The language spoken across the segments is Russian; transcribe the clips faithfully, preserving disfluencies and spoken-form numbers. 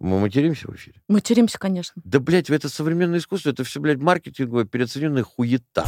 Мы материмся в эфире? Материмся, конечно. Да, блядь, это современное искусство, это все, блядь, маркетинговая, переоцененная хуета.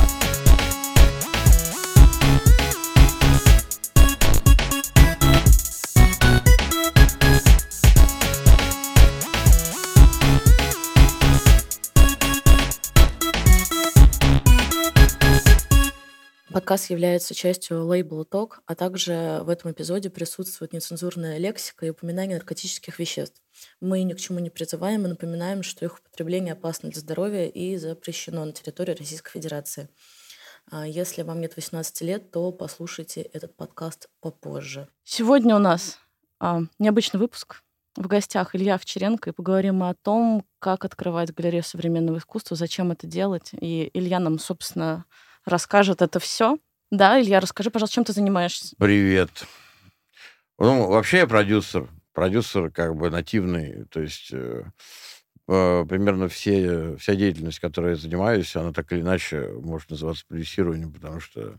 Подкаст является частью лейбла «Ток», а также в этом эпизоде присутствует нецензурная лексика и упоминание наркотических веществ. Мы ни к чему не призываем и напоминаем, что их употребление опасно для здоровья и запрещено на территории Российской Федерации. А Если вам нет восемнадцати лет, то послушайте этот подкаст попозже. Сегодня у нас а, необычный выпуск. В гостях Илья Овчаренко, и поговорим мы о том, как открывать галерею современного искусства, зачем это делать. И Илья нам, собственно, расскажет это все. Да, Илья, расскажи, пожалуйста, чем ты занимаешься? Привет. Ну, вообще я продюсер. Продюсер как бы нативный. То есть э, э, примерно все, вся деятельность, которой я занимаюсь, она так или иначе может называться продюсированием, потому что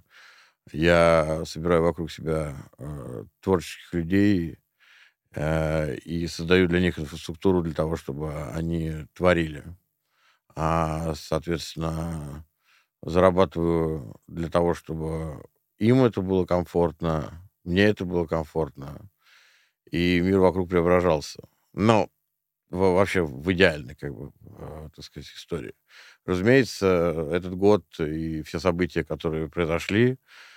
я собираю вокруг себя э, творческих людей э, и создаю для них инфраструктуру для того, чтобы они творили. А, соответственно, зарабатываю для того, чтобы им это было комфортно, мне это было комфортно, и мир вокруг преображался. Но во- вообще в идеальной, как бы, э, так сказать, истории. Разумеется, этот год и все события, которые произошли,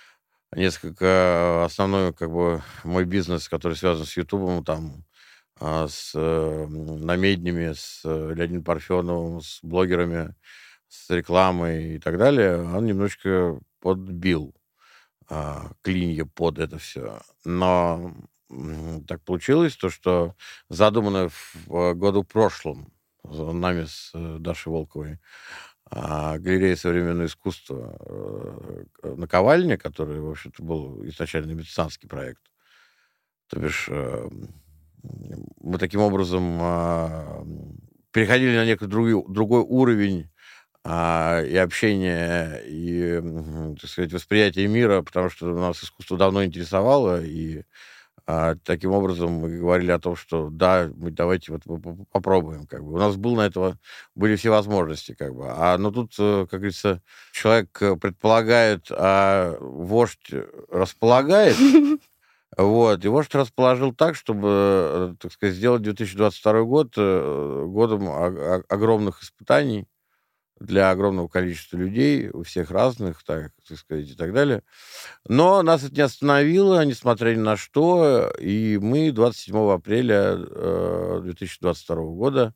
несколько основной, как бы, мой бизнес, который связан с Ютубом, там, а, с э, намеднями, с э, Леонидом Парфеновым, с блогерами, с рекламой и так далее, он немножечко подбил а, клинья под это все. Но м, так получилось, то, что задумано в э, году прошлом нами с э, Дашей Волковой а, галерея современного искусства э, э, «Наковальня», который, в общем-то, был изначально меценатский проект. То бишь, э, м, мы таким образом а, м, переходили на некий другой, другой уровень а, и общения, и, м, так сказать, восприятия мира, потому что нас искусство давно интересовало, и а, таким образом мы говорили о том, что да, мы давайте вот по- по- попробуем, как бы. У нас был на этого, были все возможности, как бы. А, но тут, э, как говорится, человек э, предполагает, а вождь располагает, вот, и вождь расположил так, чтобы, э, так сказать, сделать две тысячи двадцать второй год э, годом о- о- огромных испытаний для огромного количества людей, у всех разных, так, так сказать, и так далее. Но нас это не остановило, несмотря ни на что, и мы двадцать седьмого апреля э, две тысячи двадцать второго года,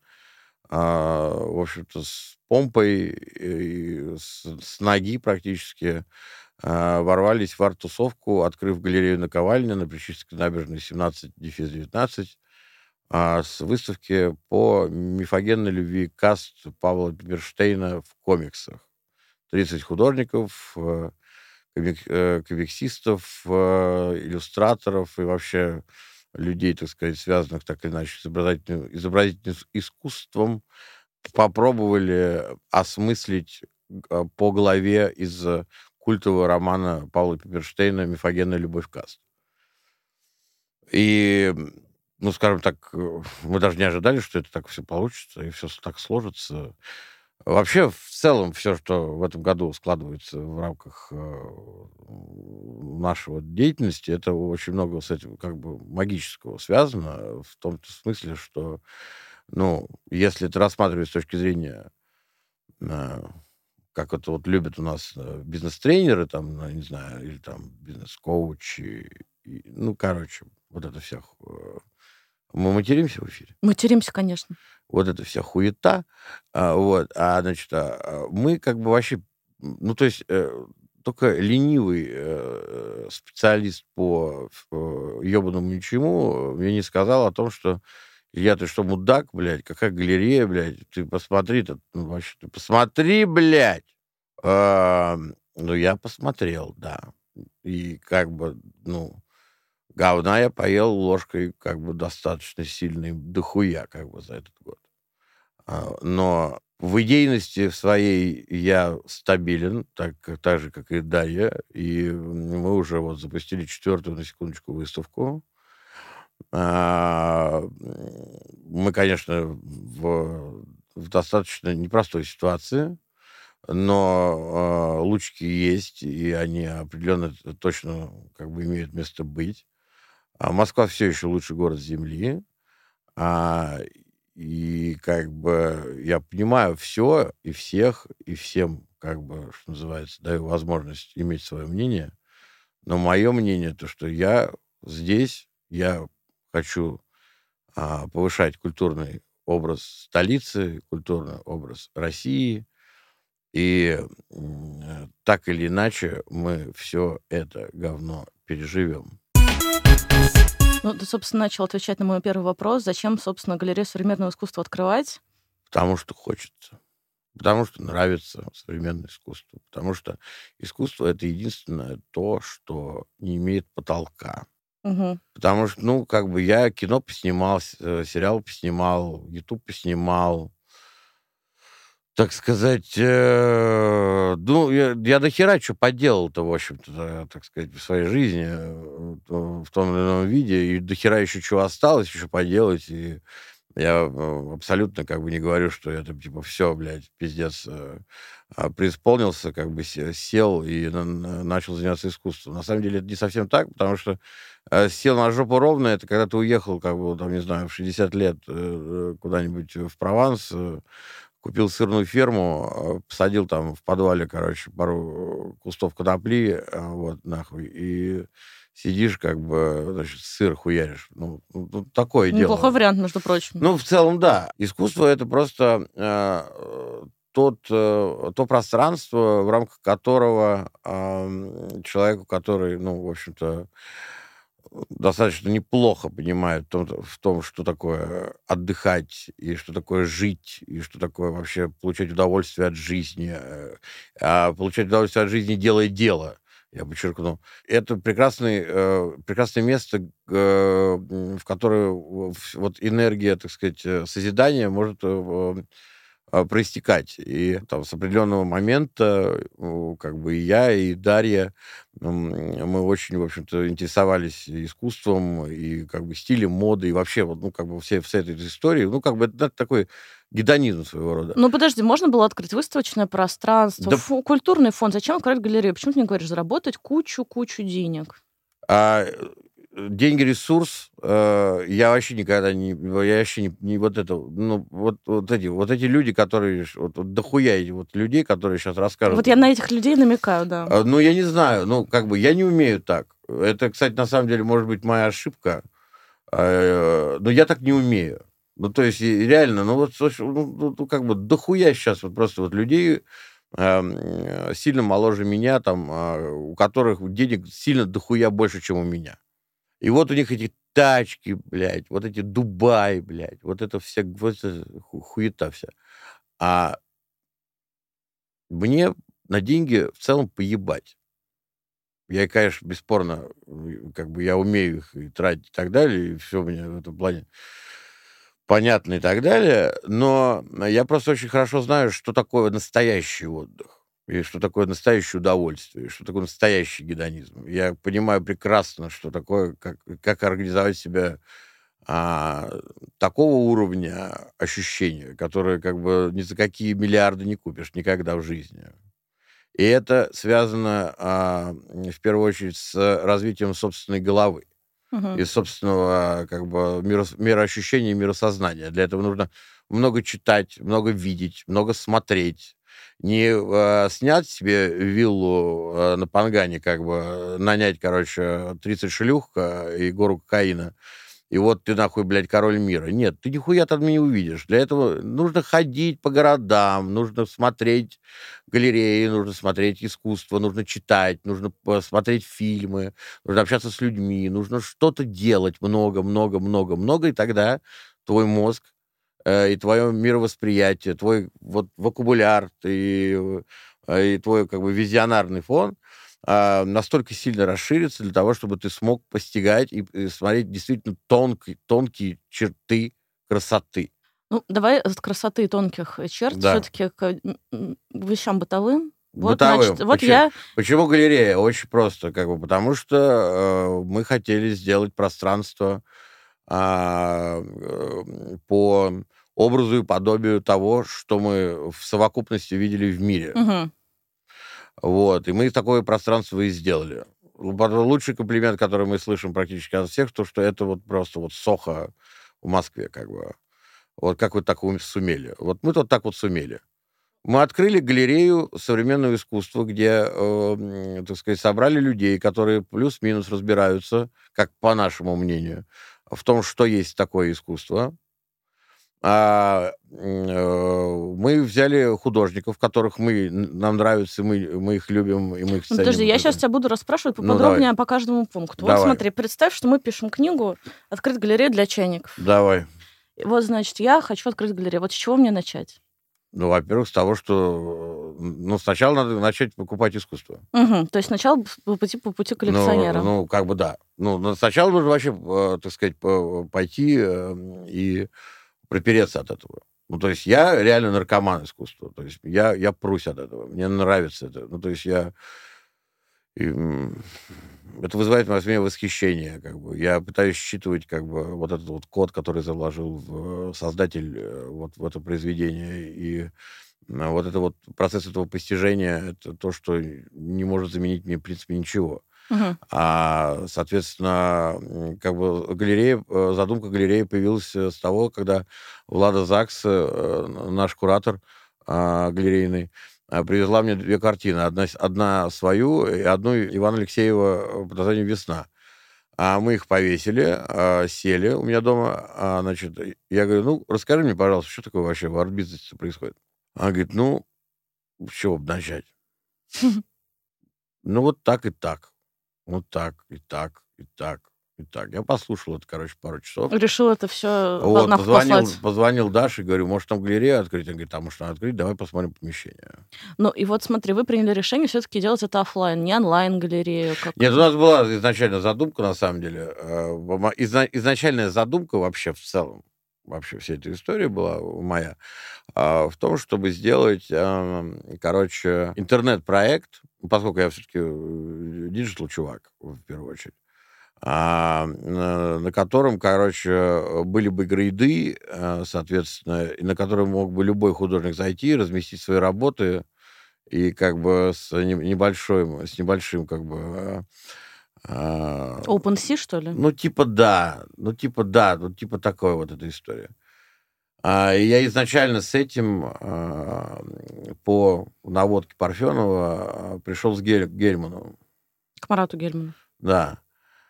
а, в общем-то, с помпой и с, с ноги практически а, ворвались в арт-тусовку, открыв галерею «Наковальня» на Причистинской набережной семнадцать девятнадцать, а, с выставки по мифогенной любви каст Павла Пиперштейна в комиксах. тридцать художников, э, комик- э, комиксистов, э, иллюстраторов и вообще людей, так сказать, связанных так или иначе с изобразительным, изобразительным искусством, попробовали осмыслить э, по главе из э, культового романа Павла Пиперштейна «Мифогенная любовь каст». И, ну, скажем так, э, мы даже не ожидали, что это так все получится, и все так сложится. Вообще, в целом, все, что в этом году складывается в рамках э, нашего деятельности, это очень много с этим как бы магического связано, в том смысле, что, ну, если это рассматривать с точки зрения, э, как это вот любят у нас э, бизнес-тренеры, там, ну, не знаю, или там бизнес-коучи, и, ну, короче, вот это вся... э, Мы материмся в эфире? Материмся, конечно. Вот эта вся хуета, а, вот, а, значит, а, а, мы как бы вообще, м, ну, то есть, э, только ленивый э, специалист по э, ебаному ничему мне не сказал о том, что я, ты что, мудак, блядь, какая галерея, блядь, ты посмотри, ты, ну, вообще, ты посмотри, блядь. А, ну, я посмотрел, да, и как бы, ну, говна я поел ложкой как бы достаточно сильной, дохуя как бы за этот год. А, но в идейности своей я стабилен, так, так же, как и Дарья. И мы уже вот запустили четвертую, на секундочку, выставку. А, Мы, конечно, в, в достаточно непростой ситуации, но а, лучики есть, и они определенно т- точно как бы имеют место быть. А Москва все еще лучший город Земли. А, и как бы я понимаю все и всех, и всем, как бы, что называется, даю возможность иметь свое мнение. Но мое мнение, то, что я здесь, я хочу а, повышать культурный образ столицы, культурный образ России. И м, э, так или иначе мы все это говно переживем. Ну, ты, собственно, начал отвечать на мой первый вопрос. Зачем, собственно, галерею современного искусства открывать? Потому что хочется. Потому что нравится современное искусство. Потому что искусство — это единственное то, что не имеет потолка. Мгм. Потому что, ну, как бы я кино поснимал, с- э, сериал поснимал, YouTube поснимал. Так сказать, э, ну, я, я до хера что поделал-то, в общем-то, да, так сказать, в своей жизни э, то- в том или ином виде, и до хера еще чего осталось еще поделать, и я э, абсолютно как бы не говорю, что я там, типа, все, блядь, пиздец, э, а, преисполнился, как бы се- сел и на- на- начал заниматься искусством. На самом деле это не совсем так, потому что э, сел на жопу ровно, это когда ты уехал, как бы, там, не знаю, в шестьдесят лет э, э, куда-нибудь в Прованс, э, купил сырную ферму, э, посадил там в подвале, короче, пару э, кустов конопли, э, вот, нахуй, и сидишь, как бы, значит, сыр хуяришь. Ну, ну, ну, такое Неплохой дело. вариант, между прочим. Ну, в целом, да. Искусство — это просто э, э, тот, э, то пространство, в рамках которого ам, человеку, который, ну, в общем-то, достаточно неплохо понимает в том, в том, что такое отдыхать, и что такое жить, и что такое вообще получать удовольствие от жизни. э, А получать удовольствие от жизни, делая дело, я подчеркну. Это прекрасный, э, прекрасное место, э, м, в которое в- вот энергия, так сказать, э, созидания может э, в- а, проистекать. И там с определенного момента, э, как бы и я, и Дарья, м, мы очень, в общем-то, интересовались искусством и как бы стилем, модой, и вообще вот, ну, как бы все, вся эта история, ну, как бы это такой гедонизм своего рода. Ну, подожди, можно было открыть выставочное пространство, Да, фу- культурный фонд. Зачем открыть галерею? Почему ты не говоришь заработать кучу-кучу денег? а э, деньги — ресурс, э, я вообще никогда не, я вообще не, не вот это, ну, вот, вот эти, вот эти люди, которые, ш- вот, вот дохуя эти вот людей, которые сейчас расскажут. Вот я на этих людей намекаю, да. А, Ну, я не знаю, ну, как бы я не умею так. Это, кстати, на самом деле, может быть, моя ошибка, э, но я так не умею. Ну, то есть, и реально, ну, вот, слушай, ну, ну, ну, как бы дохуя сейчас вот просто вот людей эм, э, сильно моложе меня, там, а, у которых денег сильно дохуя больше, чем у меня. И вот у них эти тачки, блядь, вот эти Дубай, блядь, вот это вся, вот эта ху- хуета вся. А мне на деньги в целом поебать. Я, конечно, бесспорно, м, как бы я умею их и тратить и так далее, и все мне в этом плане понятно и так далее, но я просто очень хорошо знаю, что такое настоящий отдых, и что такое настоящее удовольствие, и что такое настоящий гедонизм. Я понимаю прекрасно, что такое, как, как организовать себя а, такого уровня ощущения, которые как бы ни за какие миллиарды не купишь никогда в жизни. И это связано, а, м, в первую очередь, с развитием собственной головы Мгм. и собственного, как бы, мирос мироощущения и миросознания. Для этого нужно много читать, много видеть, много смотреть. Не, а, снять себе виллу, а, на Пангане, как бы, э, нанять, короче, тридцать шлюх, а, и гору кокаина, и вот ты, нахуй, блядь, король мира. Нет, ты нихуя там не увидишь. Для этого нужно ходить по городам, нужно смотреть галереи, нужно смотреть искусство, нужно читать, нужно посмотреть фильмы, нужно общаться с людьми, нужно что-то делать много, много, много, много, и тогда твой мозг э, и твое мировосприятие, твой вот вокабуляр, ты, э, и твой как бы визионарный фон а, настолько сильно расширится для того, чтобы ты смог постигать и, и смотреть действительно тонкие, тонкие черты красоты. Ну, давай от красоты и тонких э, черт Да. все-таки к м, м, вещам бытовым. Вот, значит, Бытовым. вот Почему, я... почему галерея? Очень просто, как бы, потому что э, мы хотели сделать пространство, а, э, по образу и подобию того, что мы в совокупности видели в мире. Мгм. Вот. И мы такое пространство и сделали. Лучший комплимент, который мы слышим практически от всех, то, что это вот просто вот Сохо в Москве, как бы. Вот как вы так ум- сумели? Вот мы тут так вот сумели. Мы открыли галерею современного искусства, где, э, м, так сказать, собрали людей, которые плюс-минус разбираются, как по нашему мнению, в том, что есть такое искусство. А, м, э, мы взяли художников, которых мы, н- нам нравится, мы, мы их любим, и мы их Ну, подожди, ценим. я Вот сейчас это. тебя буду расспрашивать Ну, давай, поподробнее по каждому пункту. Вот давай, смотри, представь, что мы пишем книгу «Открыть галерею для чайников». давай. И вот, значит, я хочу открыть галерею. Вот с чего мне начать? Ну, во-первых, с того, что, э, ну, сначала надо начать покупать искусство. Мгм. То есть сначала б- по пути, по пути Ну, коллекционера. ну, как бы да. Ну, но сначала нужно вообще, э, так сказать, по- пойти э, и припереться от этого. Ну, то есть я реально наркоман искусства. То есть я, я прусь от этого. Мне нравится это. Ну, то есть я... и, м, это вызывает во мне восхищение. Как бы. Я пытаюсь считывать как бы, вот этот вот код, который заложил в, э, создатель э, вот в это произведение. И э, вот это вот процесс этого постижения, это то, что не может заменить мне, в принципе, ничего. Мгм. А, соответственно, м, как бы галерея, э, задумка галереи появилась э, с того, когда Влада Закс, э, наш куратор а, галерейный, а, привезла мне две картины. Одна, с- одна свою и одну Ивана Алексеева э, под названием «Весна». А мы их повесили, а, сели у меня дома. А, значит, и я говорю, ну, расскажи мне, пожалуйста, что такое вообще в арт-бизнесе происходит? Она говорит, ну, с чего бы начать? Ну, вот так и так. Вот так, и так, и так, и так. Я послушал это, короче, пару часов. Решил это все Вот, нахуй позвонил, послать. позвонил Даше, говорю, может, там галерею открыть? Он говорит, там может, надо открыть, давай посмотрим помещение. Ну, и вот смотри, вы приняли решение все-таки делать это оффлайн, не онлайн-галерею, как... Нет, у нас была изначально задумка, на самом деле. э, ма- изна- Изначальная задумка вообще в целом, вообще вся эта история была моя, а, в том, чтобы сделать, ам, короче, интернет-проект, поскольку я все-таки диджитал-чувак, в первую очередь. а, на на котором, короче, были бы грейды, э, соответственно, и на которые мог бы любой художник зайти, разместить свои работы и как бы с не- небольшим, с небольшим как бы, э, а, OpenSea, что ли? ну, типа да, ну, типа да, ну, типа такой вот эта история. А, и я изначально с этим а, по наводке Парфенова а, пришел с Гель- Гельману, К Марату Гельману. да.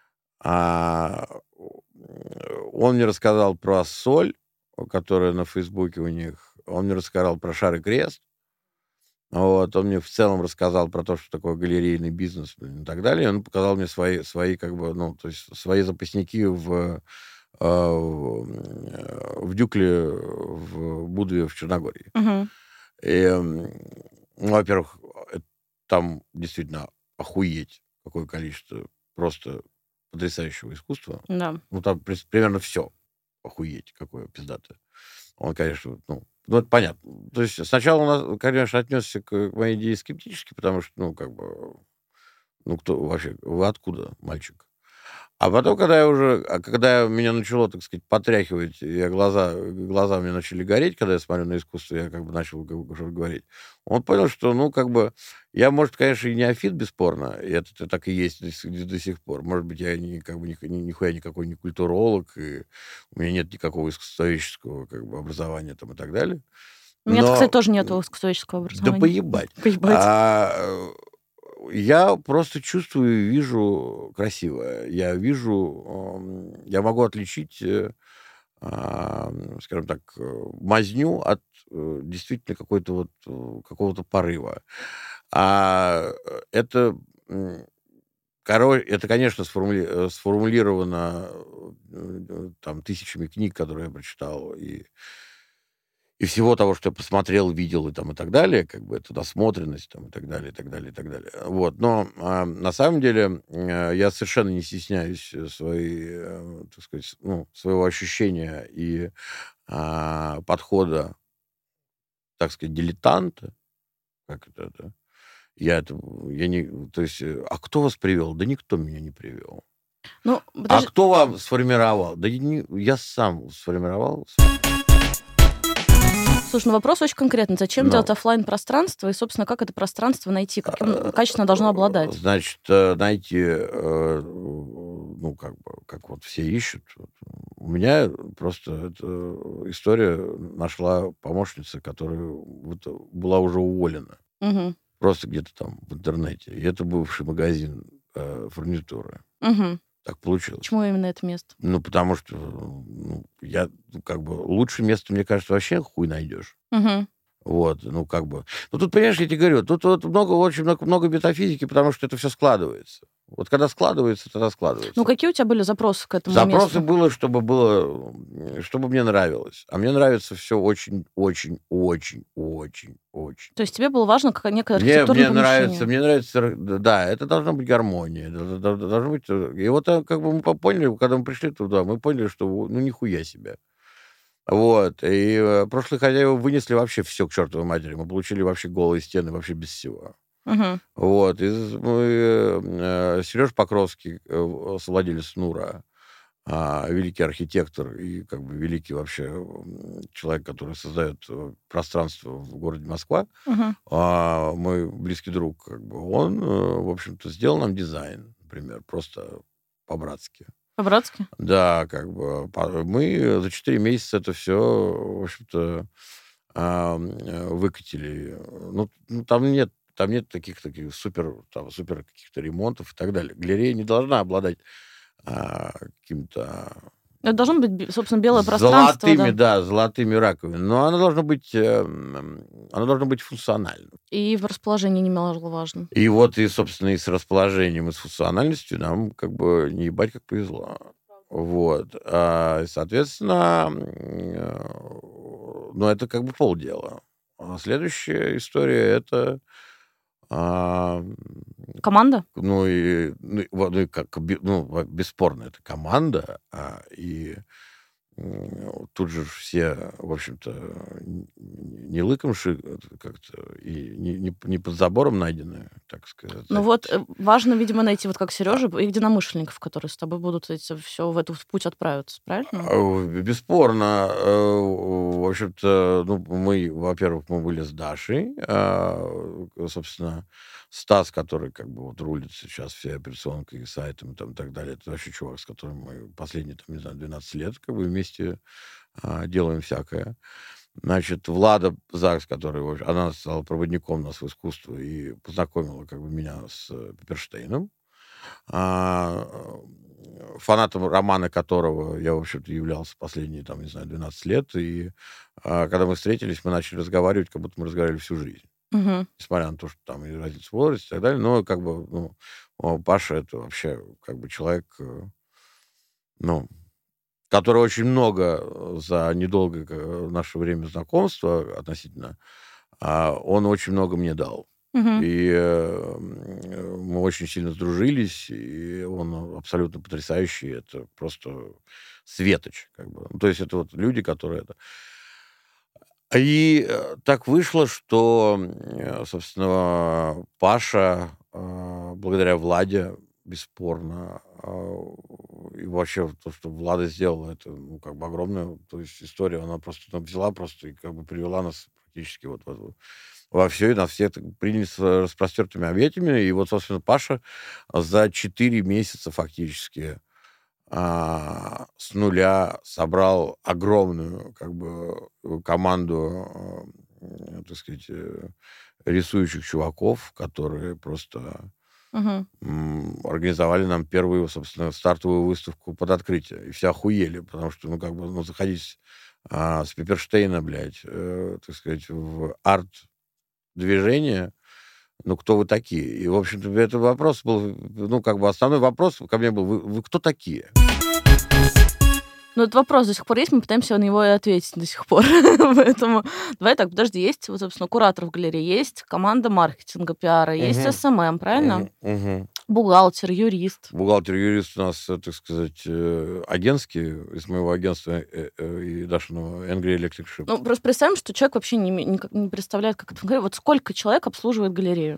А, он мне рассказал про соль, которая на Фейсбуке у них. Он мне рассказал про шар и крест. Вот. Он мне в целом рассказал про то, что такое галерейный бизнес, блин, и так далее. Он показал мне свои, свои как бы, ну, то есть свои запасники в, а, в, э, в Дюкле, в Будве, в Черногории. Мгм. И, м, ну, во-первых, э, там действительно охуеть какое количество просто потрясающего искусства. Да. Ну, там прис- примерно все охуеть, какое пиздатое. Он, конечно, ну, ну, это понятно. То есть сначала он, нас, конечно, отнесся к моей идее скептически, потому что, ну, как бы, ну, кто вообще, вы откуда, мальчик? А потом, когда я уже, а когда меня начало, так сказать, потряхивать, я глаза, глаза мне начали гореть, когда я смотрю на искусство, я как бы начал как бы что-то говорить. Он понял, что, ну, как бы, я, может, конечно, и неофит, бесспорно, и это, это так и есть до, сих до сих пор. Может быть, я не, как бы, ни, ни- нихуя никакой не культуролог, и у меня нет никакого искусствоведческого как бы, образования там и так далее. У меня, кстати, Но тоже нет м, искусствоведческого да образования. поебать. Поебать. А, э, я просто чувствую и вижу красивое. Я вижу, ам, я могу отличить, э, ам, скажем так, э, мазню от э, действительно какой-то вот э, какого-то порыва. А э, это, м, коро- это, конечно, сформули- э, сформулировано э, э, там тысячами книг, которые я прочитал, и и всего того, что я посмотрел, видел и там и так далее, как бы это насмотренность там и так далее, и так далее, и так далее. Вот. Но а, на самом деле э, я совершенно не стесняюсь э, своей, э, так сказать, ну, своего ощущения и а, подхода, так сказать, дилетанта, как это, да? Я это, я не, то есть, э, а кто вас привел? Да никто меня не привел. Ну, А подожди. кто вам сформировал? Да я, не- я сам сформировал. Слушай, ну вопрос очень конкретный. Зачем делать Но, оффлайн пространство и, собственно, как это пространство найти? Каким э, качественно должно обладать? значит, э, найти, э, ну, как бы, как вот все ищут. Вот. У меня просто эта история нашла помощница, которая вот была уже уволена. Угу. Просто где-то там в интернете. И это бывший магазин э, фурнитуры. Угу. Так получилось. Почему именно это место? Ну, потому что ну, я, ну, как бы, лучше место, мне кажется, вообще хуй найдешь. Угу. Вот, ну, как бы. Ну, тут, понимаешь, я тебе говорю, тут вот много, очень много, много метафизики, потому что это все складывается. Вот когда складывается, тогда Ну, складывается. какие у тебя были запросы к этому Запросы месту? было, чтобы было, м, чтобы мне нравилось. А мне нравится все очень, очень, очень, очень, очень. То есть тебе было важно как некое Мне, архитектурное мне нравится, помещение? мне нравится, р- да, это должна быть гармония, это д- д- должно быть. э, И вот э, как бы мы по- поняли, когда мы пришли туда, мы поняли, что ну нихуя себе. Вот. И э, прошлые хозяева вынесли вообще все к чертовой матери. Мы получили вообще голые стены, вообще без всего. Угу. Вот. И з- мы, э, Сереж Покровский, э, совладелец Нура, а, великий архитектор и как бы великий вообще м, человек, который создает э, пространство в городе Москва, Угу. а, мой близкий друг, как бы, он, э, в общем-то, сделал нам дизайн, например, просто по-братски. По-братски? Да, как бы по- мы за четыре месяца это все, в общем-то, а, м, э, выкатили. Ну, ну, там нет, там нет таких таких супер, там, супер каких-то ремонтов и так далее. Галерея не должна обладать а, каким-то Это должно быть, бе- собственно, белое пространство, золотыми, да. да, золотыми раковинами. Но оно должно быть, э, м, оно должно быть функциональным. И в расположении немаловажно. И вот, и, собственно, и с расположением, и с функциональностью нам как бы не ебать как повезло. Вот. А, и, соответственно, м, э, ну, это как бы полдела. А следующая история — это, а, м, Команда? ну, и, ну, и вот, ну, и как, бе- ну, во- бесспорно, это команда, а, и М, тут же все, в общем-то, н- не лыком ши, это как-то, и не, не, не под забором найдены, так сказать. Ну вот, э, важно, видимо, найти, вот как Сережа, и единомышленников, которые с тобой будут все в этот путь отправиться, правильно? А, Бесспорно, э, в общем-то, ну, мы, во-первых, мы были с Дашей, а, собственно, Стас, который как бы вот рулит сейчас всей операционкой и сайтом там, и так далее, это вообще чувак, с которым мы последние, там, не знаю, двенадцать лет как бы вместе а, делаем всякое. Значит, Влада Загс, который, в общем, она стала проводником нас в искусство и познакомила как бы меня с э, Пепперштейном, а, э, фанатом романа которого я, в общем-то, являлся последние, там, не знаю, двенадцать лет. И а, когда мы встретились, мы начали разговаривать, как будто мы разговаривали всю жизнь. Мгм. Несмотря на то, что там и разница в возрасте и так далее. Но как бы, ну, о, Паша — это вообще как бы человек, э, ну, который очень много э, за недолгое э, наше время знакомства относительно, а, он очень много мне дал. Мгм. И э, м, мы очень сильно сдружились, и он абсолютно потрясающий. Это просто светоч, как бы. Ну, то есть это вот люди, которые это... И э, так вышло, что, э, собственно, Паша, э, благодаря Владе, бесспорно, а, и вообще то, что Влада сделала, это, ну, как бы огромная, то есть история, она просто там взяла просто и как бы привела нас практически вот в эту- во все, и нас все так приняли с распростертыми объятиями. И вот, собственно, Паша за четыре месяца фактически а, с нуля собрал огромную как бы э, команду, э, так сказать, э, рисующих чуваков, которые просто Мгм. м, организовали нам первую, собственно, стартовую выставку под открытие. И все охуели, потому что, ну, как бы, ну, заходить а, с Пепперштейна, блядь, э, так сказать, в арт-движение, ну, кто вы такие? И, в общем-то, это вопрос был, ну, как бы основной вопрос ко мне был, вы, вы кто такие? Ну, этот вопрос до сих пор есть, мы пытаемся на него и ответить до сих пор. Поэтому давай так, подожди, есть, вот, собственно, куратор в галерее, есть команда маркетинга, пиара, есть Мгм. эс эм эм, правильно? Мгм. Мгм. Бухгалтер, юрист. Бухгалтер-юрист у нас, э, так сказать, э, агентский, из моего агентства э, э, и Дашиного Angry Electric Ship. Ну, просто представим, что человек вообще не, име- никак не представляет, как это функционирует. Вот сколько человек обслуживает галерею?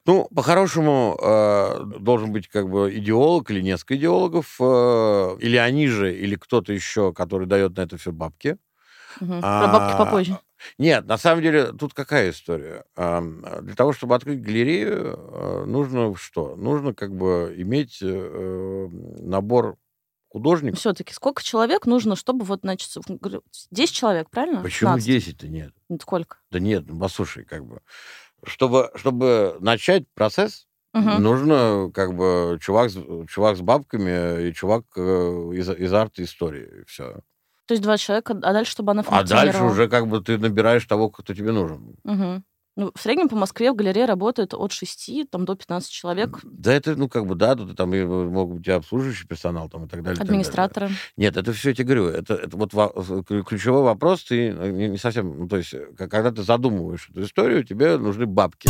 Ну, по-хорошему, э, должен быть как бы идеолог или несколько идеологов, э, или они же, или кто-то еще, который дает на это все бабки. Мгм. Про бабки А, попозже. Нет, на самом деле, тут какая история? Ам, Для того, чтобы открыть галерею, э, нужно что? Нужно как бы иметь э, набор художников. Все-таки сколько человек нужно, чтобы вот, значит, в- говорю, десять человек, правильно? Почему пятнадцать? десять-то нет? Ну, сколько? Да нет, ну послушай, как бы. Чтобы, чтобы начать процесс, Мгм. нужно как бы чувак, с- чувак с бабками и чувак э, из, из арт-истории. Все. То есть два человека, а дальше, чтобы она А дальше функционировала? уже как бы ты набираешь того, кто тебе нужен. Мгм. Ну, в среднем по Москве в галерее работает от шести там, до пятнадцати человек. Да это, ну, как бы, да, тут там и могут быть и обслуживающий персонал там и так далее, и так далее. Администраторы. Нет, это все, я тебе говорю, это, это вот во- ключ- ключевой вопрос, ты э, не, не совсем, ну, то есть, э, к- когда ты задумываешь эту историю, тебе нужны бабки.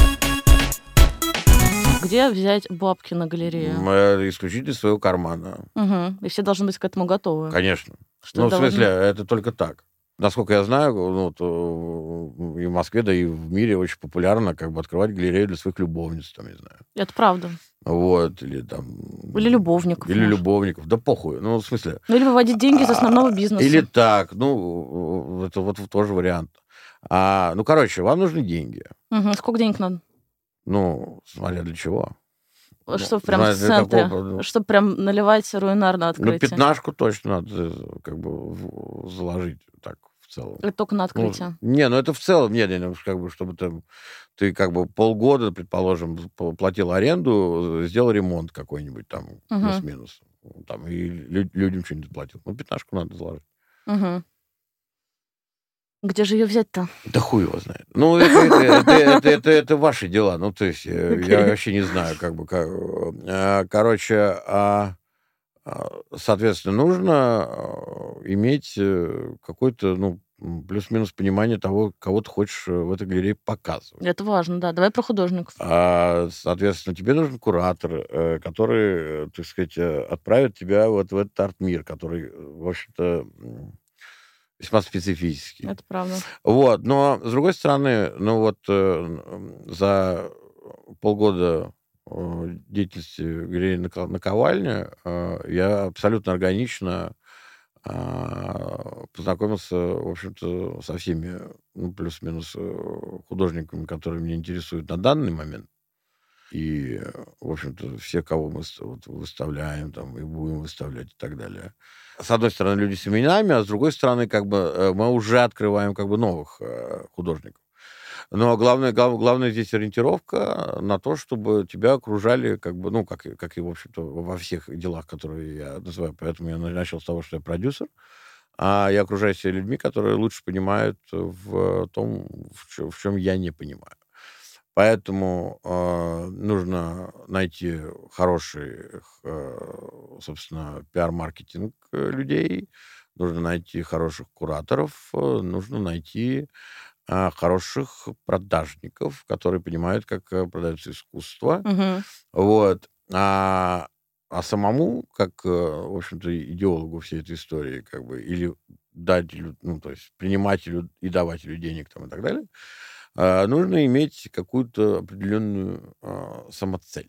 Где взять бабки на М, галерею? э, Исключительно из своего кармана, Мгм. И все должны быть к этому готовы. конечно. Что Ну, в должно... смысле, это только так. Насколько я знаю, ну, то э, и в Москве, да и в мире очень популярно как бы открывать галерею для своих любовниц, там, не знаю. Это правда. Вот, или там... Или любовников, Или может. любовников. Да похуй. Ну, в смысле... Ну, или выводить деньги из основного а, бизнеса. Или так. Ну, это вот тоже вариант. А, ну, короче, вам нужны деньги. Мгм. Сколько денег надо? Ну, смотря для чего. Ну, Чтобы прям в знаешь, для центре. такого, ну, Чтобы прям наливать руинар на ну, открытие. пятнашку точно надо э, как бы в- заложить так в целом. Или только на Ну, открытие. не, ну это в целом, нет, не, ну, как бы, чтобы там, ты как бы полгода, предположим, п- платил аренду, э, сделал ремонт какой-нибудь там, Мгм. плюс-минус, ну, там, и лю- людям что-нибудь платил. Ну, пятнашку надо заложить. Мгм. Где же ее взять-то? Да хуй его знает. Ну, это, это, это, это, это, это ваши дела. Ну, то есть, э, я Окей. вообще не знаю, как бы, как, э, короче, а, а, соответственно, нужно э, иметь э, какое-то, ну, м, плюс-минус понимание того, кого ты хочешь э, в этой галерее показывать. Это важно, да. Давай про художников. А, соответственно, тебе нужен куратор, э, который, э, так сказать, э, отправит тебя вот в этот арт-мир, который, э, в общем-то, м, весьма специфический. Это правда. Вот, но, с другой стороны, ну вот э, м, за полгода э, деятельности галереи «Нако- «Наковальня» э, я абсолютно органично а, познакомился, в общем-то, со всеми, ну, плюс-минус, э, художниками, которые меня интересуют на данный момент. И, э, в общем-то, все, кого мы с- вот выставляем, там, и будем выставлять, и так далее. С одной стороны, люди с именами, а с другой стороны, как бы, э, мы уже открываем, как бы, новых э, художников. Но главное, глав- главное здесь ориентировка на то, чтобы тебя окружали, как бы, ну, как, и- как и, в общем-то, во всех делах, которые я называю. Поэтому я на- начал с того, что я продюсер, а я окружаю себя людьми, которые лучше понимают в том, в чем я не понимаю. Поэтому э, нужно найти хороших, э, собственно, пиар-маркетинг э, людей, нужно найти хороших кураторов, э, нужно найти а, хороших продажников, которые понимают, как э, продается искусство. Мгм. Вот. А, а самому, как, э, в общем-то, идеологу всей этой истории, как бы, или дателю, ну, то есть принимателю и давателю денег там, и так далее, а, нужно иметь какую-то определенную а, самоцель.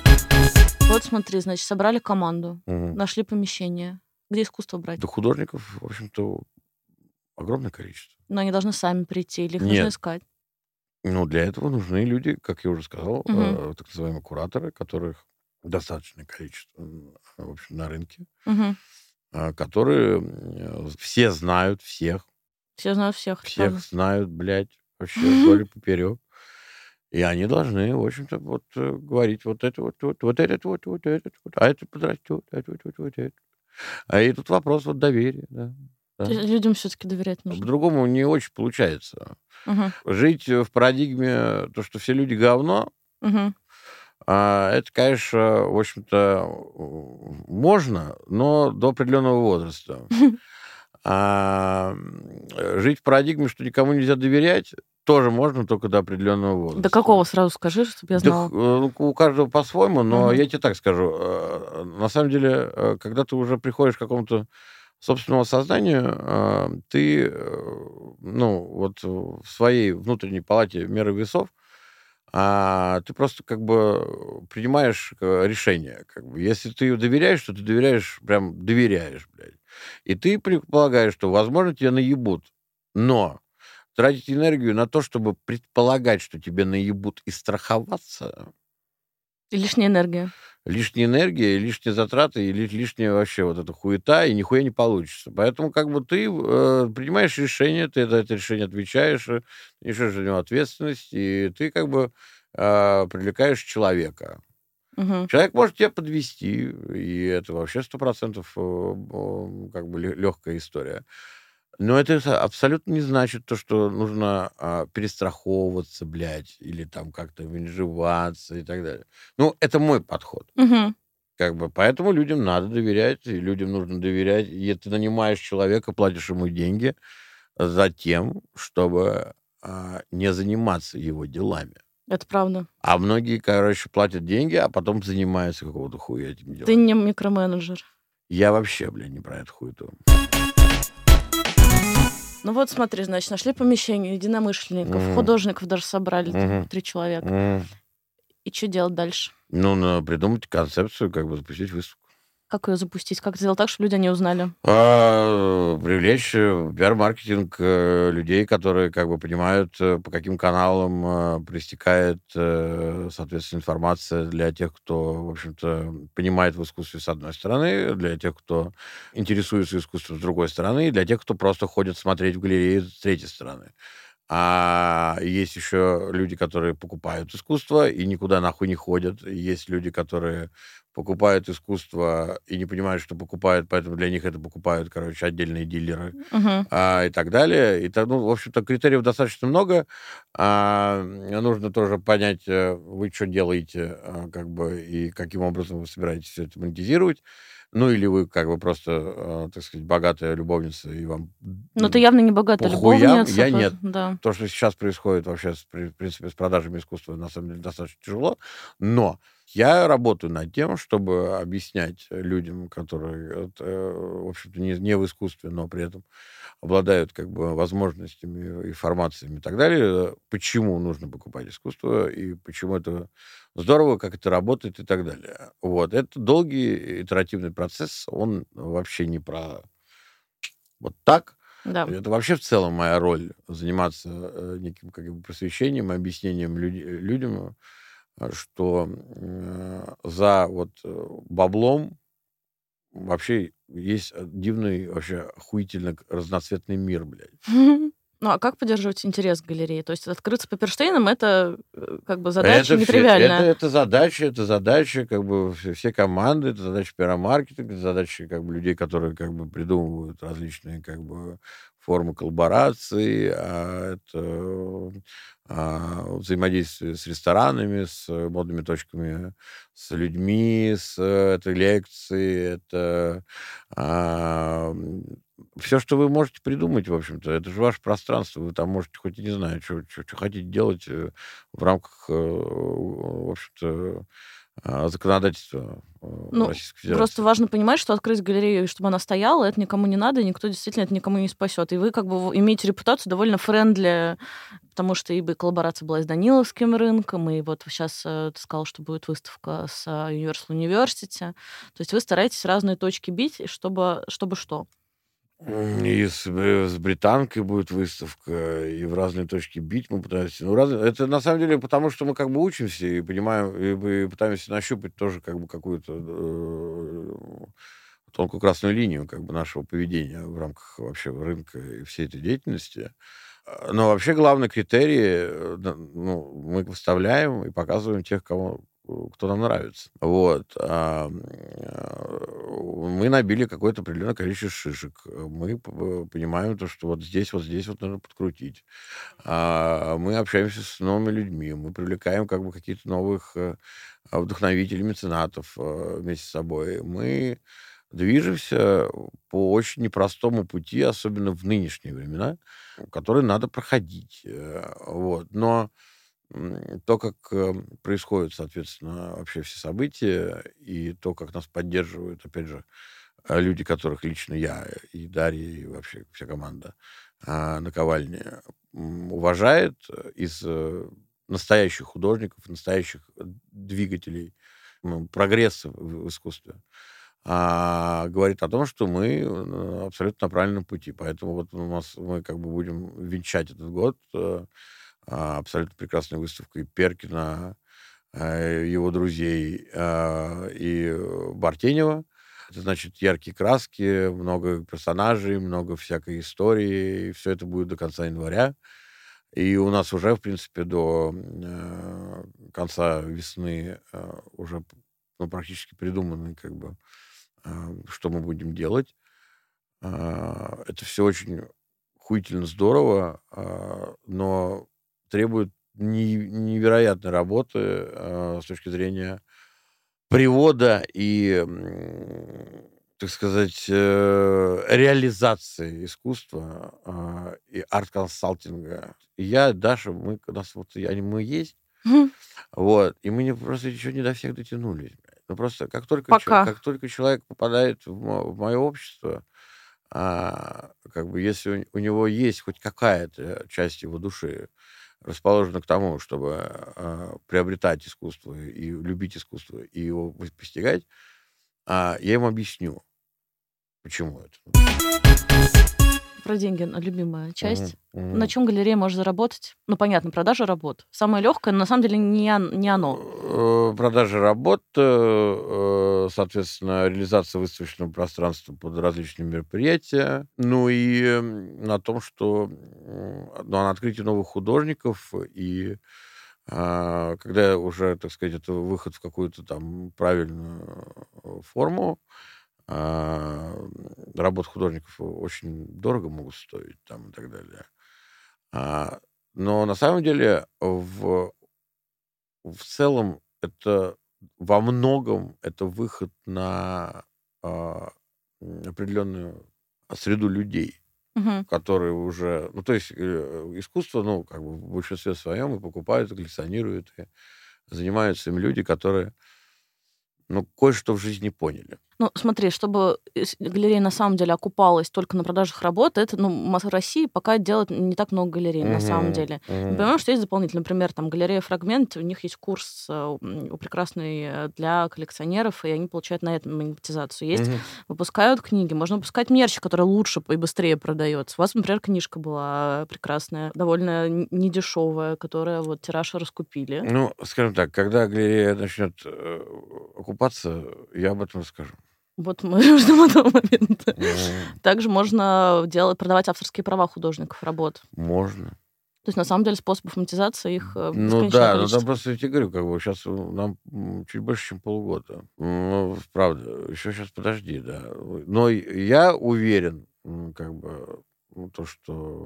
Вот смотри, значит, собрали команду, Мгм. нашли помещение. Где искусство брать? Да художников, в общем-то, огромное количество. Но они должны сами прийти или их нужно Нет. искать? Ну, для этого нужны люди, как я уже сказал, Мгм. э, так называемые кураторы, которых достаточное количество, м, в общем, на рынке, Мгм. а, которые м, э, все знают всех, Все знают всех, это всех правда. знают, блядь, вообще вдоль и поперек. И они должны, в общем-то, вот э, говорить вот это вот, вот, вот этот вот, вот этот вот, а это подрастет, а это вот, вот, вот это. А и тут вопрос вот доверия, да. То да. есть людям все-таки доверять нужно. По-другому не очень получается. Мгм. Жить в парадигме, то, что все люди говно, Мгм. А, это, конечно, в общем-то, м, можно, но до определенного возраста. А, м, э, жить в парадигме, что никому нельзя доверять, тоже можно только до определенного До возраста. какого сразу скажи, чтобы я Да, знала. х- э, у каждого по-своему, но Мгм. я тебе так скажу. э, На самом деле, э, когда ты уже приходишь к какому-то собственному сознанию, э, ты, э, ну, вот в своей внутренней палате меры весов а ты просто как бы принимаешь э, решение. Как бы. Если ты доверяешь, то ты доверяешь, прям доверяешь, блядь. И ты предполагаешь, что, возможно, тебя наебут. Но тратить энергию на то, чтобы предполагать, что тебе наебут, и страховаться, И лишняя энергия. лишняя энергия, лишние затраты, и ли- лишняя вообще вот эта хуета, и нихуя не получится. Поэтому как бы ты э, принимаешь решение, ты за это решение отвечаешь, э, несешь за него ответственность, и ты как бы э, привлекаешь человека. Мгм. Человек может тебя подвести, и это вообще сто процентов э, э, как бы легкая история. Но это с абсолютно не значит то, что нужно, а, перестраховываться, блядь, или там как-то менжеваться и так далее. Ну, это мой подход. Мгм. Как бы, поэтому людям надо доверять, и людям нужно доверять. И ты нанимаешь человека, платишь ему деньги за тем, чтобы, а, не заниматься его делами. Это правда. А многие, короче, платят деньги, а потом занимаются какого-то хуя этими Ты делами. не микроменеджер. Я вообще, блядь, не про эту хуету. Ну вот смотри, значит, нашли помещение единомышленников, Мгм. художников даже собрали, там, Мгм. три человека. Мгм. И что делать дальше? Ну, надо придумать концепцию, как бы запустить выставку. Как ее запустить? Как сделать так, чтобы люди не узнали? А, привлечь э, в пиар-маркетинг э, людей, которые как бы понимают, э, по каким каналам э, пристекает, э, соответственно, информация для тех, кто, в общем-то, понимает в искусстве с одной стороны, для тех, кто интересуется искусством с другой стороны, и для тех, кто просто ходит смотреть в галерею с третьей стороны. А есть еще люди, которые покупают искусство и никуда нахуй не ходят. И есть люди, которые покупают искусство и не понимают, что покупают, поэтому для них это покупают, короче, отдельные дилеры, Мгм. а, и так далее. И так, ну, в общем-то, критериев достаточно много. А, нужно тоже понять, э, вы что делаете, а, как бы, и каким образом вы собираетесь все это монетизировать. Ну, или вы, как бы, просто, а, так сказать, богатая любовница, и вам Ну, ты м, явно не богатая по хуям. любовница. Я по- нет. Да. То, что сейчас происходит вообще, с, при- в принципе, с продажами искусства, на самом деле, достаточно тяжело. Но я работаю над тем, чтобы объяснять людям, которые, вот, э, в общем-то, не, не в искусстве, но при этом обладают как бы возможностями, информациями и так далее, почему нужно покупать искусство и почему это здорово, как это работает и так далее. Вот. Это долгий итеративный процесс, он вообще не про вот так. Да. Это вообще в целом моя роль заниматься э, неким как бы просвещением, объяснением люди- людям, э, что э, за вот э, баблом вообще есть э, дивный, вообще охуительно к- разноцветный мир, блядь. Ну, а как поддерживать интерес к галерее? То есть открыться Пепперштейном — это э, как бы задача Это все, это, нетривиальная. это задача, это задача как бы все, все команды, это задача пиар-маркетинга, это задача как бы людей, которые как бы придумывают различные как бы формы коллаборации, а это а, взаимодействие с ресторанами, с модными точками, с людьми, с э, это лекции, это все, что вы можете придумать, в общем-то, это же ваше пространство, вы там можете хоть и не знаю, что хотите делать э, в рамках, э, в общем-то, а, законодательства э, Ну, Российской просто Федерации. важно понимать, что открыть галерею, и чтобы она стояла, это никому не надо, и никто действительно это никому не спасет. И вы как бы в- имеете репутацию довольно френдли, потому что и бы коллаборация была и с Даниловским рынком, и вот сейчас ты сказал, что будет выставка с а, Universal University. То есть вы стараетесь разные точки бить, и чтобы, чтобы что? М, И с, э, с британкой будет выставка, и в разные точки бить мы пытаемся. Ну, разные- это на самом деле потому, что мы как бы учимся и понимаем, и мы пытаемся нащупать тоже как бы какую-то э, тонкую красную линию как бы нашего поведения в рамках вообще рынка и всей этой деятельности. А, Но вообще главный критерий, э, да, ну, мы выставляем и показываем тех, кого э, кто нам нравится. Вот. А, м, э, мы набили какое-то определенное количество шишек. Мы п- п- понимаем то, что вот здесь, вот здесь вот нужно подкрутить. А, Мы общаемся с новыми людьми, мы привлекаем как бы каких-то новых э, вдохновителей, меценатов э, вместе с собой. Мы движемся по очень непростому пути, особенно в нынешние времена, который надо проходить. э, Вот. Но м, то, как э, происходят, соответственно, вообще все события, и то, как нас поддерживают, опять же, э, люди, которых лично я и Дарья, и вообще вся команда а, наковальни м, уважает из э, настоящих художников, настоящих двигателей ну, прогресса в, в искусстве, а, говорит о том, что мы э, абсолютно на правильном пути. Поэтому вот у нас мы как бы будем венчать этот год э, а, абсолютно прекрасной выставкой Перкина, э, его друзей э, и Бартенева. Это значит яркие краски, много персонажей, много всякой истории. И все это будет до конца января. И у нас уже, в принципе, до э, конца весны э, уже ну, практически придуманы, как бы, э, что мы будем делать. Э, это все очень хуительно здорово, э, но требует не- невероятной работы э, с точки зрения привода и, м, так сказать, э, реализации искусства а, и арт-консалтинга. И я, Даша, мы, у нас вот я- мы есть, Мгм. вот, и мы не, просто еще не до всех дотянулись. блядь. Ну, просто как только, чё- Пока. как только человек попадает в, мо- в мое общество, а, как бы если у, у него есть хоть какая-то часть его души расположена к тому, чтобы а, приобретать искусство и любить искусство и его пос- постигать, а, я им объясню, почему это. Про деньги, н- любимая часть. Мгм, На мгм. чем галерея может заработать? Ну, понятно, продажа работ. Самое легкое, но на самом деле не, он- не оно. Э, Продажа работ, э, соответственно, реализация выставочного пространства под различные мероприятия. Ну и м, на том, что м, ну, на открытии новых художников и а, когда уже, так сказать, это выход в какую-то там правильную э, форму, а, м, работы художников очень дорого могут стоить там и так далее. А, но на самом деле в в целом это во многом это выход на, а, м, определенную среду людей, Мгм. которые уже ну, то есть, э, искусство, ну, как бы в большинстве своем и покупают, и коллекционируют, и занимаются им люди, которые, ну, кое-что в жизни поняли. Ну, смотри, чтобы ис- галерея на самом деле окупалась только на продажах работ, это, ну, мас- в России пока делает не так много галерей на самом Мгм, деле. Мы мгм, понимаем, что есть дополнительный, например, там галерея «Фрагмент», у них есть курс э, м, у прекрасный э, для коллекционеров, и они получают на этом монетизацию. Есть, мгм. выпускают книги, можно выпускать мерч, который лучше и быстрее продается. У вас, например, книжка была прекрасная, довольно н- недешевая, которая вот тираж раскупили. Ну, скажем так, когда галерея начнет, э, окупаться, я об этом расскажу. Вот мы ждем этого момента. М, Также можно делать, продавать авторские права художников работ. можно. То есть, на самом деле, способов монетизации их э, Ну бесконечное да, ну там количество. просто я тебе говорю, как бы сейчас нам м, чуть больше, чем полгода. Ну, правда, еще сейчас подожди, да. Но я уверен, м, как бы, ну, то, что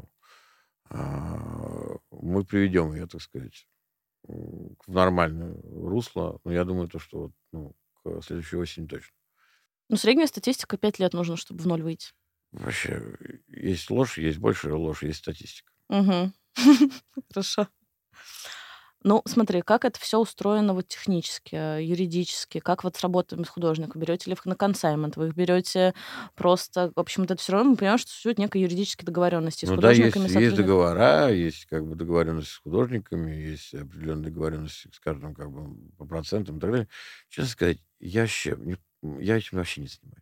а, мы приведем ее, так сказать, м, в нормальное русло. Но я думаю, то, что вот, ну, к следующей осени точно. Ну, средняя статистика пять лет нужно, чтобы в ноль выйти. Вообще, есть ложь, есть большая ложь, есть статистика. Мгм. Хорошо. Ну, смотри, как это все устроено вот технически, э, юридически, как вот с работами с художником? Берете ли вы на консаймент, вы их берете просто, в общем, это все равно мы понимаем, что существует некая юридические договоренности с Ну да, художниками, есть, есть сотрудниками. договора, есть как бы договоренности с художниками, есть определенные договоренности с каждым как бы по процентам и так далее. Честно сказать, я вообще, не- я этим вообще не занимаюсь.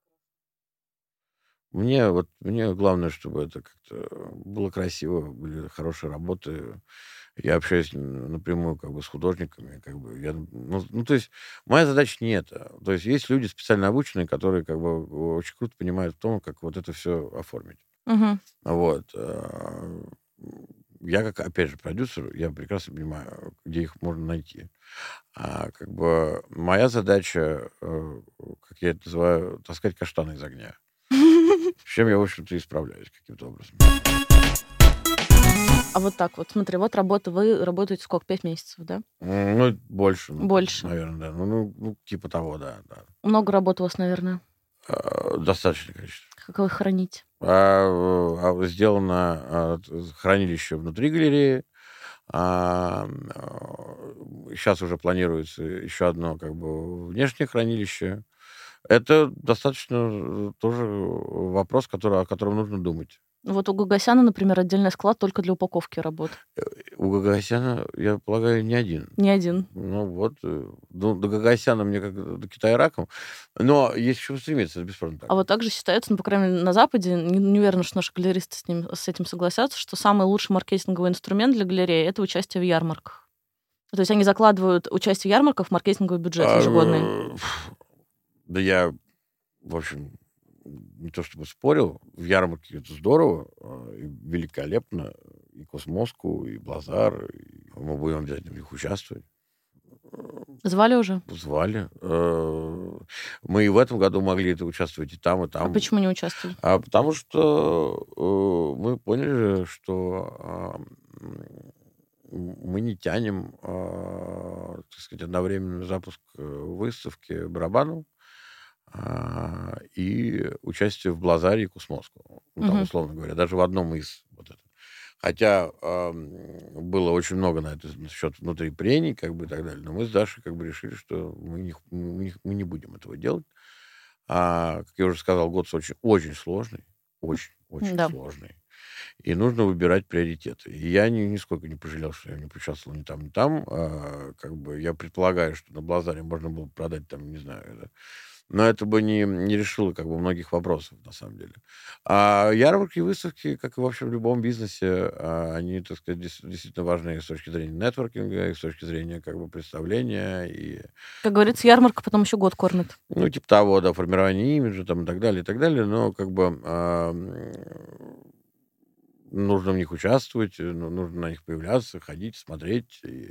Мне вот мне главное, чтобы это как-то было красиво, были хорошие работы. Я общаюсь н- напрямую как бы с художниками, как бы я, ну, ну, то есть моя задача не это. То есть есть люди специально обученные, которые как бы очень круто понимают в том, как вот это все оформить. Мгм. Вот. а, Я, как, опять же, продюсер, я прекрасно понимаю, где их можно найти. А как бы моя задача, э, как я это называю, таскать каштаны из огня. С чем я, в общем-то, и справляюсь каким-то образом. А вот так вот, смотри, вот работа, вы работаете сколько, пять месяцев, да? М, Ну, больше, ну, Больше. наверное, да. Ну, ну, ну, типа того, да, да. Много работы у вас, наверное. А, Достаточно количество. Как вы храните? А, а, Сделано а, т- хранилище внутри галереи. Сейчас уже планируется еще одно как бы внешнее хранилище. Это достаточно э, тоже вопрос, который, о котором нужно думать. Вот у Гагасяна, например, отдельный склад только для упаковки работ. Э, У Гагасяна, я полагаю, не один. Не один. Ну вот, э, ну, до Гагасяна мне как до Китая раком, но есть к чему стремиться, это бесспорно так. А вот также считается, ну, по крайней мере, на Западе, не, не уверена, что наши галеристы с, ним, с этим согласятся, что самый лучший маркетинговый инструмент для галереи — это участие в ярмарках. То есть они закладывают участие в ярмарках в маркетинговый бюджет А, ежегодный. э, Да я, в общем, не то чтобы спорил, в ярмарке это здорово, а, и великолепно, и Космоску, и Базар, и мы будем обязательно в них участвовать. Звали уже? Звали. Э, Мы и в этом году могли это участвовать и там, и А там. почему не участвовали? А потому что э, мы поняли, что а, м, мы не тянем, а, так сказать, одновременный запуск э, выставки Барабану а, и участие в Блазаре и Космоску. Ну, там, Мгм. условно говоря, даже в одном из вот это. Хотя ам, было очень много на этот счет внутри прений, как бы и так далее. Но мы с Дашей как бы решили, что мы не, х- мы не, мы не будем этого делать. А, как я уже сказал, год очень, очень сложный. Очень, очень Да. сложный. И нужно выбирать приоритеты. И я ни, нисколько не пожалел, что я не поучаствовал ни там, ни там. А, как бы я предполагаю, что на Блазаре можно было продать там, не знаю, это. Но это бы не, не решило как бы многих вопросов, на самом деле. А ярмарки и выставки, как и, в общем, в любом бизнесе, а, они, так сказать, дес- действительно важны и с точки зрения нетворкинга, и с точки зрения как бы представления, и, Как говорится, ярмарка потом еще год кормит. ну, типа того, да, формирование имиджа там и так далее, и так далее. Но как бы а, м, нужно в них участвовать, э, ну, нужно на них появляться, ходить, смотреть. И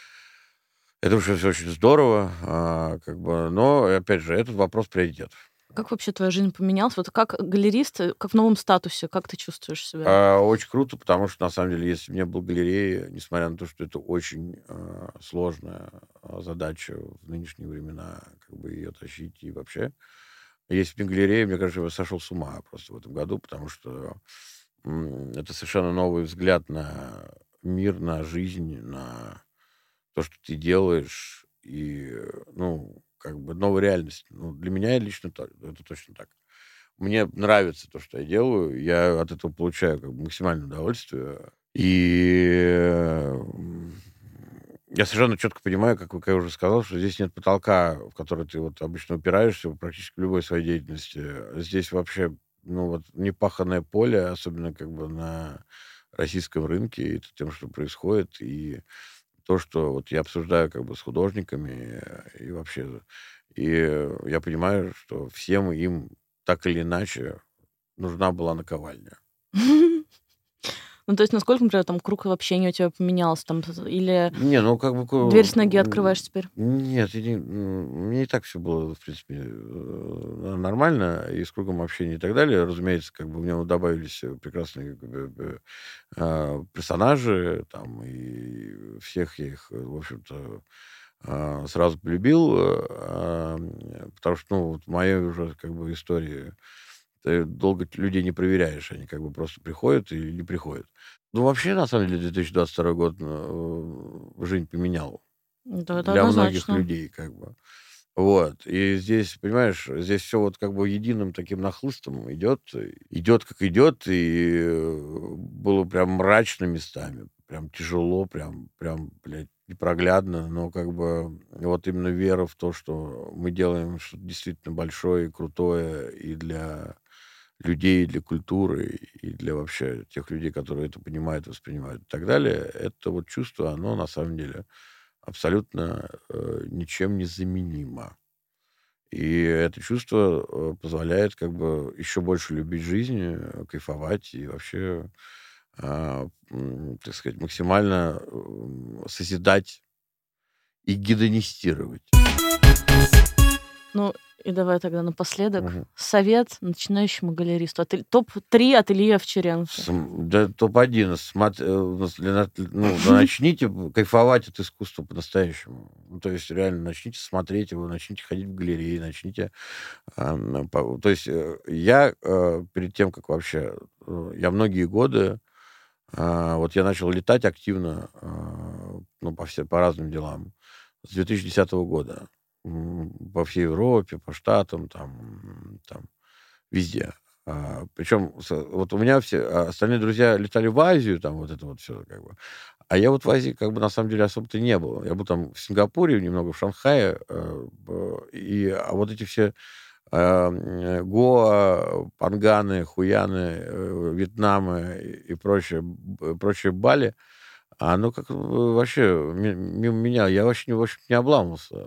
это уже все очень здорово, а, как бы, но, опять же, это вопрос приоритетов. Как вообще твоя жизнь поменялась? Вот как галерист, э, как в новом статусе, как ты чувствуешь себя? А, очень круто, потому что, на самом деле, если бы не было галереи, несмотря на то, что это очень а, сложная а, задача в нынешние времена, как бы ее тащить и вообще. Если бы не галерея, мне кажется, я бы сошел с ума просто в этом году, потому что м, это совершенно новый взгляд на мир, на жизнь, на то, что ты делаешь, и, э, ну, как бы новая реальность. Ну, для меня лично то- это точно так. Мне нравится то, что я делаю. Я от этого получаю как бы максимальное удовольствие. И м, я совершенно четко понимаю, как, как я уже сказал, что здесь нет потолка, в который ты вот обычно упираешься практически в любой своей деятельности. Здесь вообще, ну вот, непаханное поле, особенно как бы на российском рынке, и тем, что происходит, и то, что вот я обсуждаю как бы с художниками, э, и вообще, и э, я понимаю, что всем им так или иначе нужна была наковальня. Ну, то есть насколько, например, там круг общения у тебя поменялся? Там, с- или Не, ну как бы... дверь ко- с ноги м, открываешь теперь? Нет, я не- м, мне и так все было, в принципе, э, нормально, и с кругом общения и так далее. Разумеется, как бы в него добавились э, прекрасные как бы, э, а, персонажи, там, и всех я их, э, в общем-то, а, сразу полюбил, э, а, м, потому что, ну, вот в моей уже как бы истории ты долго т- людей не проверяешь, они как бы просто приходят или не приходят. Ну, вообще, на самом деле, две тысячи двадцать второй год э, жизнь поменял Да, это для многих однозначно. людей, как бы. Вот. И здесь, понимаешь, здесь все вот как бы единым таким нахлыстом идет, идет как идет, и э, было прям мрачно местами, прям тяжело, прям, прям, блядь, непроглядно, но как бы вот именно вера в то, что мы делаем что-то действительно большое и крутое и для людей, и для культуры, и для вообще тех людей, которые это понимают, воспринимают и так далее, это вот чувство, оно на самом деле абсолютно э, ничем не заменимо. И это чувство э, позволяет как бы еще больше любить жизнь, э, кайфовать и вообще, а, м, так сказать, максимально м, созидать и гедонистировать. Ну, и давай тогда напоследок Мгм. совет начинающему галеристу. Атель- топ три ателье Овчаренко. См- Да, топ один. Смот- э, нас- для нас- Ну, да начните кайфовать от искусства по-настоящему. Ну, то есть реально начните смотреть его, начните ходить в галереи, начните... а, м, по- То есть э, я э, перед тем, как вообще... э, Я многие годы... а, Вот я начал летать активно, а, ну, по, все, по разным делам с две тысячи десятого года. М, По всей Европе, по Штатам, там, м, там везде. А, причем с вот у меня все остальные друзья летали в Азию, там вот это вот все как бы. А я вот в Азии как бы на самом деле особо-то не был. Я был там в Сингапуре, немного в Шанхае, э, б и, а вот эти все, а, м, Гоа, Панганы, Хуяны, э, Вьетнамы и и прочее, б прочее Бали, оно как бы вообще ми мимо меня. Я вообще, в общем, не обламывался,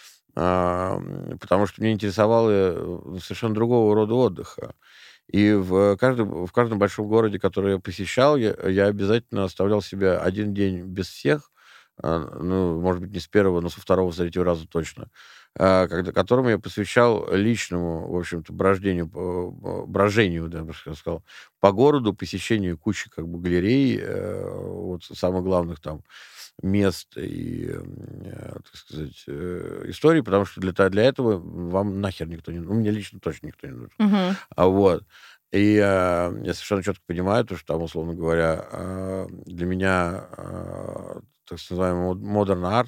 ам, потому что меня интересовало, э, совершенно другого рода отдыха. И в каждом в каждом большом городе, который я посещал, я я обязательно оставлял себе один день без всех, а, ну, может быть, не с первого, но со второго, с третьего раза точно, а, когда которому я посвящал личному, в общем-то, брождению, по по брожению, да, я бы щас сказал, по городу, посещению кучи как бы галерей, э, вот самых главных там мест и, м, э, так сказать, э, историй, потому что для та для этого вам нахер никто не ну, мне лично точно никто не нужен. Мгм. А, вот. И, а, я совершенно четко понимаю то, что там, условно говоря, а, для меня, а, так называемый мод модерн арт,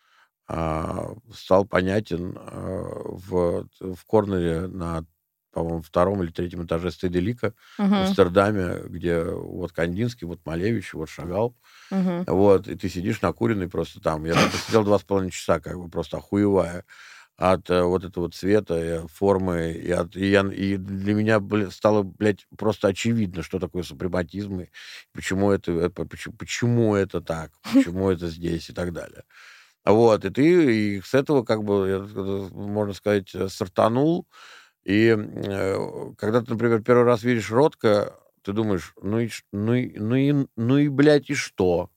а, стал понятен, а, в в корнере на, по-моему, втором или третьем этаже Стеделика в Мгм. Амстердаме, где вот Кандинский, вот Малевич, вот Шагал. Мгм. Вот, и ты сидишь накуренный просто там. Я там просидел два с половиной часа, как бы просто охуевая от, э, вот этого цвета, э, формы, и от и я и для меня, бля, стало, блядь, просто очевидно, что такое супрематизм, и почему это, э, по почему почему это так, почему это здесь и так далее. Вот, и ты, и с этого как бы, я, э, можно сказать, э, стартанул. И, м, э, когда ты, например, первый раз видишь Ротко, ты думаешь: "Ну и ш ну и ну и ну и, блядь, и что?"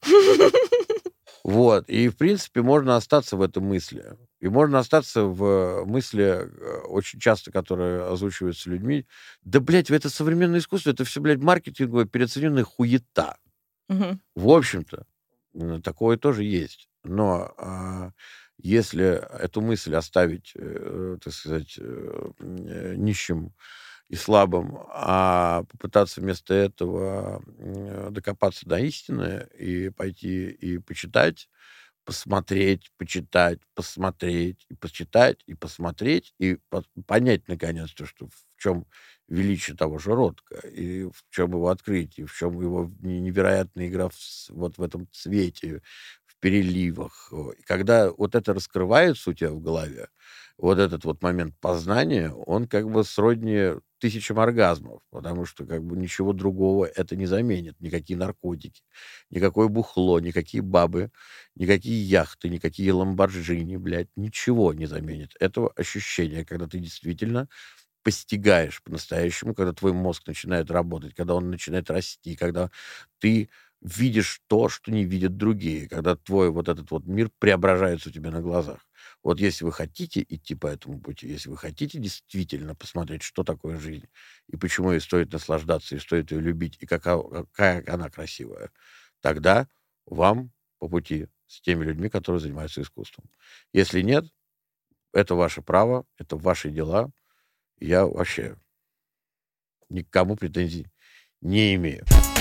Вот, и, в принципе, можно остаться в этой мысли. И можно остаться в мысли, э, очень часто, которые озвучиваются людьми: "Да, блядь, это современное искусство, это все, блядь, маркетинговая переоцененная хуета". Мгм. В общем-то, м, такое тоже есть. Но, а, если эту мысль оставить, э, так сказать, э, м, э, нищим и слабым, а попытаться вместо этого, м, э, докопаться до истины и пойти и почитать, посмотреть, почитать, посмотреть, и почитать, и посмотреть, и по понять наконец то, что в чем величие того же Ротко, и в чем его открытие, в чем его не невероятная игра в с вот в этом цвете, в переливах. О, и когда вот это раскрывается у тебя в голове, вот этот вот момент познания, он как бы сродни тысячам оргазмов, потому что как бы ничего другого это не заменит. Никакие наркотики, никакое бухло, никакие бабы, никакие яхты, никакие "Ламборджини", блядь, ничего не заменит этого ощущения, когда ты действительно постигаешь по-настоящему, когда твой мозг начинает работать, когда он начинает расти, когда ты видишь то, что не видят другие, когда твой вот этот вот мир преображается у тебя на глазах. Вот если вы хотите идти по этому пути, если вы хотите действительно посмотреть, что такое жизнь, и почему ей стоит наслаждаться, и стоит ее любить, и кака какая она красивая, тогда вам по пути с теми людьми, которые занимаются искусством. Если нет, это ваше право, это ваши дела. Я вообще ни к кому претензий не имею.